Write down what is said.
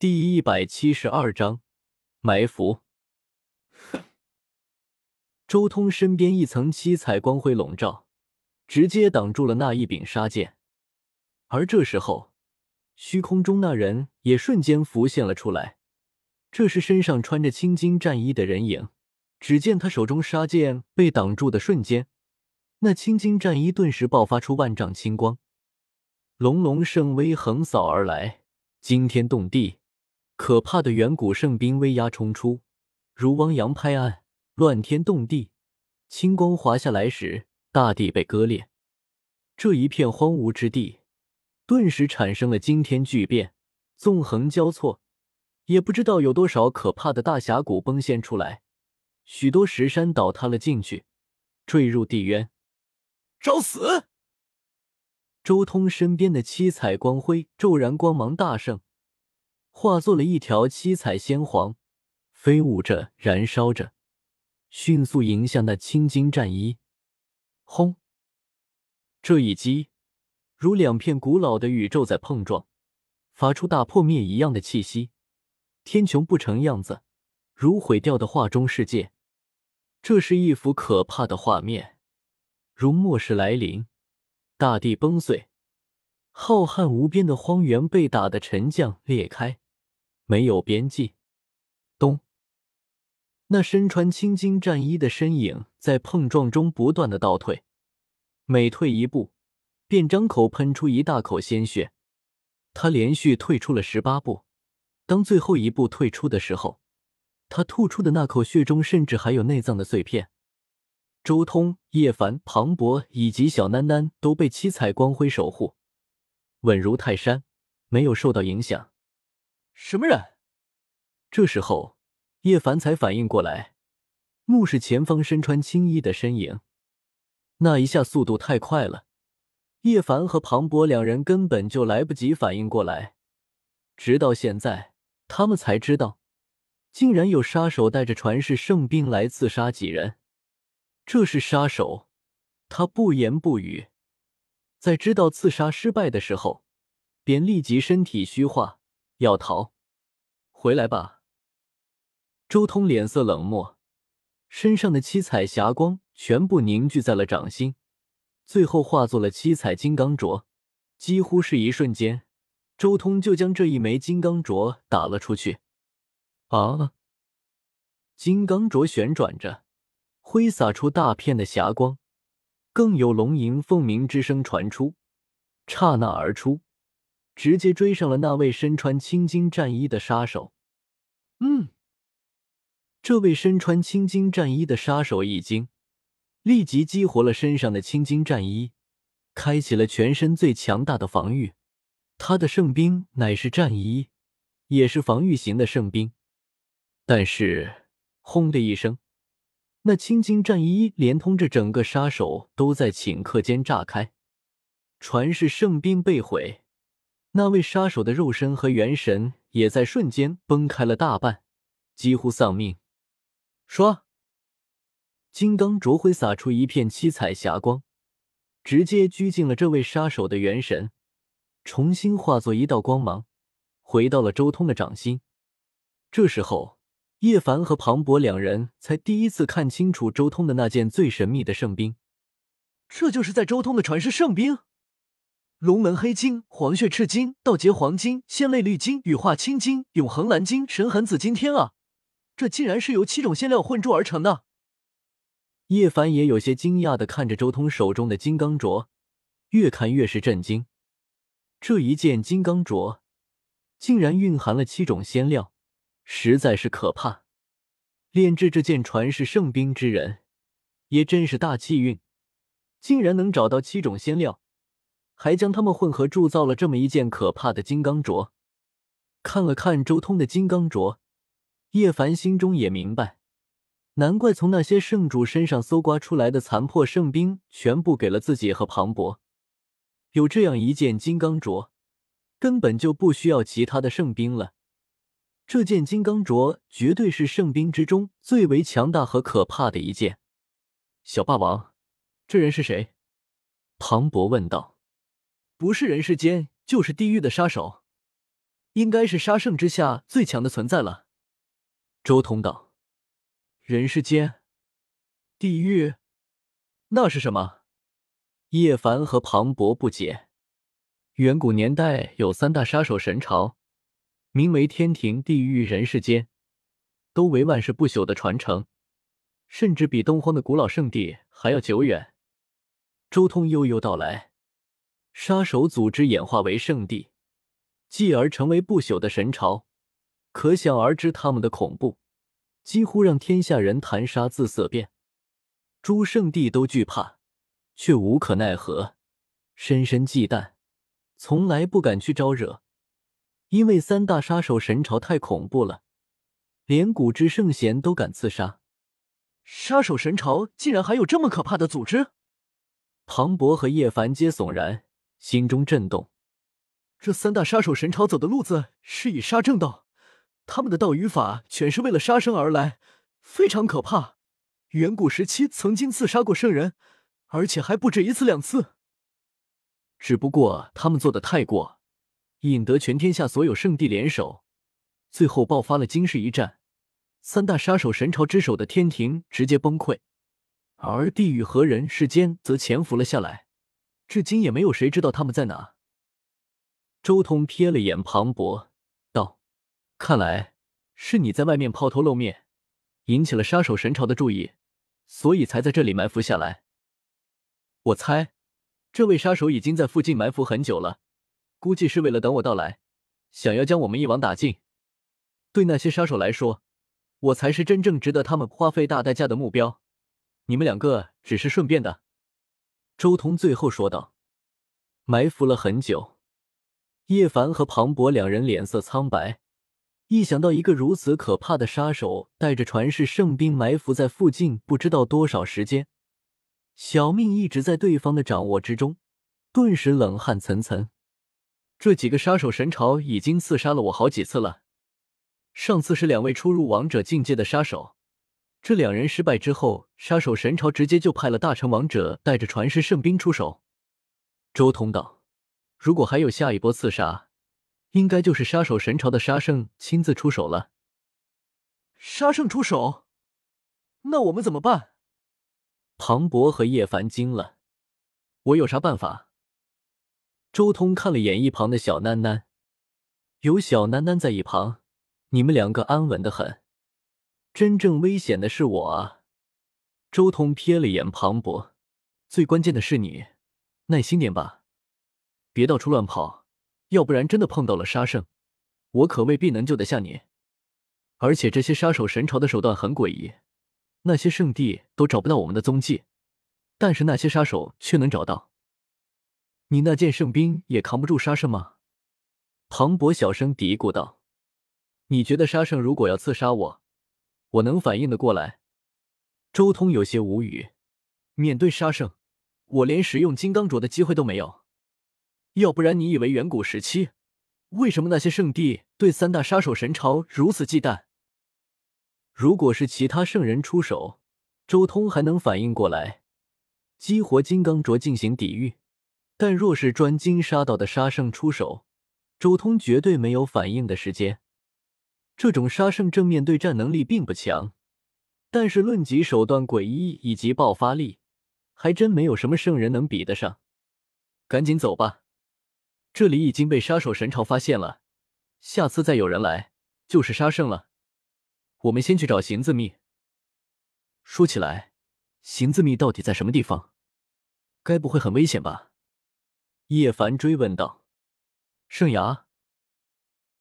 第172章埋伏。周通身边一层七彩光辉笼罩，直接挡住了那一柄杀剑。而这时候，虚空中那人也瞬间浮现了出来，这是身上穿着青金战衣的人影。只见他手中杀剑被挡住的瞬间，那青金战衣顿时爆发出万丈青光，隆隆圣威横扫而来，惊天动地。可怕的远古圣兵威压冲出，如汪洋拍岸，乱天动地。青光滑下来时，大地被割裂，这一片荒芜之地顿时产生了惊天巨变，纵横交错，也不知道有多少可怕的大峡谷崩现出来，许多石山倒塌了进去，坠入地渊。 找死！ 周通身边的七彩光辉骤然光芒大盛，化作了一条七彩仙黄，飞舞着，燃烧着，迅速迎向那青金战衣。轰！这一击如两片古老的宇宙在碰撞，发出大破灭一样的气息，天穹不成样子，如毁掉的画中世界。这是一幅可怕的画面，如末世来临，大地崩碎，浩瀚无边的荒原被打得沉降裂开，没有边际。咚！那身穿青金战衣的身影在碰撞中不断的倒退，每退一步便张口喷出一大口鲜血。他连续退出了18步，当最后一步退出的时候，他吐出的那口血中甚至还有内脏的碎片。周通、叶凡、庞博以及小囡囡都被七彩光辉守护，稳如泰山，没有受到影响。 什么人？ 这时候叶凡才反应过来，目视前方身穿青衣的身影。那一下速度太快了，叶凡和庞博两人根本就来不及反应过来。直到现在，他们才知道，竟然有杀手带着传世圣兵来刺杀几人。这是杀手，他不言不语，在知道刺杀失败的时候，便立即身体虚化，要逃。回来吧。周通脸色冷漠，身上的七彩霞光全部凝聚在了掌心，最后化作了七彩金刚镯。几乎是一瞬间，周通就将这一枚金刚镯打了出去。啊！金刚镯旋转着，挥洒出大片的霞光，更有龙吟凤鸣之声传出，刹那而出，直接追上了那位身穿青金战衣的杀手。这位身穿青金战衣的杀手一惊，立即激活了身上的青金战衣，开启了全身最强大的防御。他的圣兵乃是战衣，也是防御型的圣兵。但是轰的一声，那青金战衣连通着整个杀手都在顷刻间炸开，传世圣兵被毁，那位杀手的肉身和元神也在瞬间崩开了大半，几乎丧命。唰！金刚镯挥洒出一片七彩霞光，直接拘禁了这位杀手的元神，重新化作一道光芒，回到了周通的掌心。这时候，叶凡和庞博两人才第一次看清楚周通的那件最神秘的圣兵。 这就是在周通的传世圣兵？龙门黑金、黄血赤金、道劫黄金、仙泪绿金、羽化青金、永恒蓝金、神痕紫金天啊！这竟然是由7种仙料混铸而成的。 叶凡也有些惊讶地看着周通手中的金刚镯，越看越是震惊。这一件金刚镯竟然蕴含了7种仙料，实在是可怕。炼制这件传世圣兵之人也真是大气运，竟然能找到7种仙料，还将它们混合铸造了这么一件可怕的金刚镯。看了看周通的金刚镯，叶凡心中也明白，难怪从那些圣主身上搜刮出来的残破圣兵全部给了自己和庞博。有这样一件金刚镯，根本就不需要其他的圣兵了。这件金刚镯绝对是圣兵之中最为强大和可怕的一件。小霸王，这人是谁？庞博问道。 不是人世间，就是地狱的杀手。 应该是杀圣之下最强的存在了。 周通道： 人世间，地狱，那是什么？ 叶凡和庞博不解。远古年代有三大杀手神朝，名为天庭、地狱、人世间，都为万世不朽的传承，甚至比东荒的古老圣地还要久远。周通悠悠道来，杀手组织演化为圣地，继而成为不朽的神朝，可想而知他们的恐怖，几乎让天下人谈杀字色变。诸圣地都惧怕，却无可奈何，深深忌惮，从来不敢去招惹，因为三大杀手神朝太恐怖了，连古之圣贤都敢刺杀。 杀手神朝竟然还有这么可怕的组织？ 庞博和叶凡皆悚然，心中震动。 这三大杀手神朝走的路子是以杀正道，他们的道与法全是为了杀生而来，非常可怕。远古时期曾经刺杀过圣人，而且还不止一次两次。 只不过他们做得太过，引得全天下所有圣地联手，最后爆发了惊世一战，三大杀手神朝之首的天庭直接崩溃，而地狱和人世间则潜伏了下来，至今也没有谁知道他们在哪。周通瞥了眼庞博，道：看来是你在外面抛头露面，引起了杀手神朝的注意，所以才在这里埋伏下来。我猜这位杀手已经在附近埋伏很久了，估计是为了等我到来，想要将我们一网打尽。对那些杀手来说，我才是真正值得他们花费大代价的目标，你们两个只是顺便的。周通最后说道。埋伏了很久，叶凡和庞博两人脸色苍白，一想到一个如此可怕的杀手带着传世圣兵埋伏在附近不知道多少时间，小命一直在对方的掌握之中，顿时冷汗涔涔。这几个杀手神朝已经刺杀了我好几次了，上次是两位初入王者境界的杀手，这两人失败之后，杀手神朝直接就派了大成王者带着传世圣兵出手。周通道：如果还有下一波刺杀，应该就是杀手神朝的杀圣亲自出手了。 杀圣出手？那我们怎么办？ 庞博和叶凡惊了。我有啥办法？周通看了眼一旁的小囡囡，有小囡囡在一旁，你们两个安稳得很。真正危险的是我啊！周通瞥了眼庞博，最关键的是你，耐心点吧，别到处乱跑，要不然真的碰到了杀圣，我可未必能救得下你。而且这些杀手神朝的手段很诡异，那些圣地都找不到我们的踪迹，但是那些杀手却能找到。你那件圣兵也扛不住杀圣吗？庞博小声嘀咕道。你觉得杀圣如果要刺杀我，我能反应得过来？周通有些无语，面对杀圣，我连使用金刚镯的机会都没有。要不然你以为远古时期，为什么那些圣地对三大杀手神朝如此忌惮？如果是其他圣人出手，周通还能反应过来，激活金刚镯进行抵御，但若是专精杀道的杀圣出手，周通绝对没有反应的时间。这种杀圣正面对战能力并不强，但是论及手段诡异以及爆发力，还真没有什么圣人能比得上。赶紧走吧，这里已经被杀手神朝发现了，下次再有人来，就是杀圣了。我们先去找行字秘。说起来，行字秘到底在什么地方？该不会很危险吧？叶凡追问道。圣崖。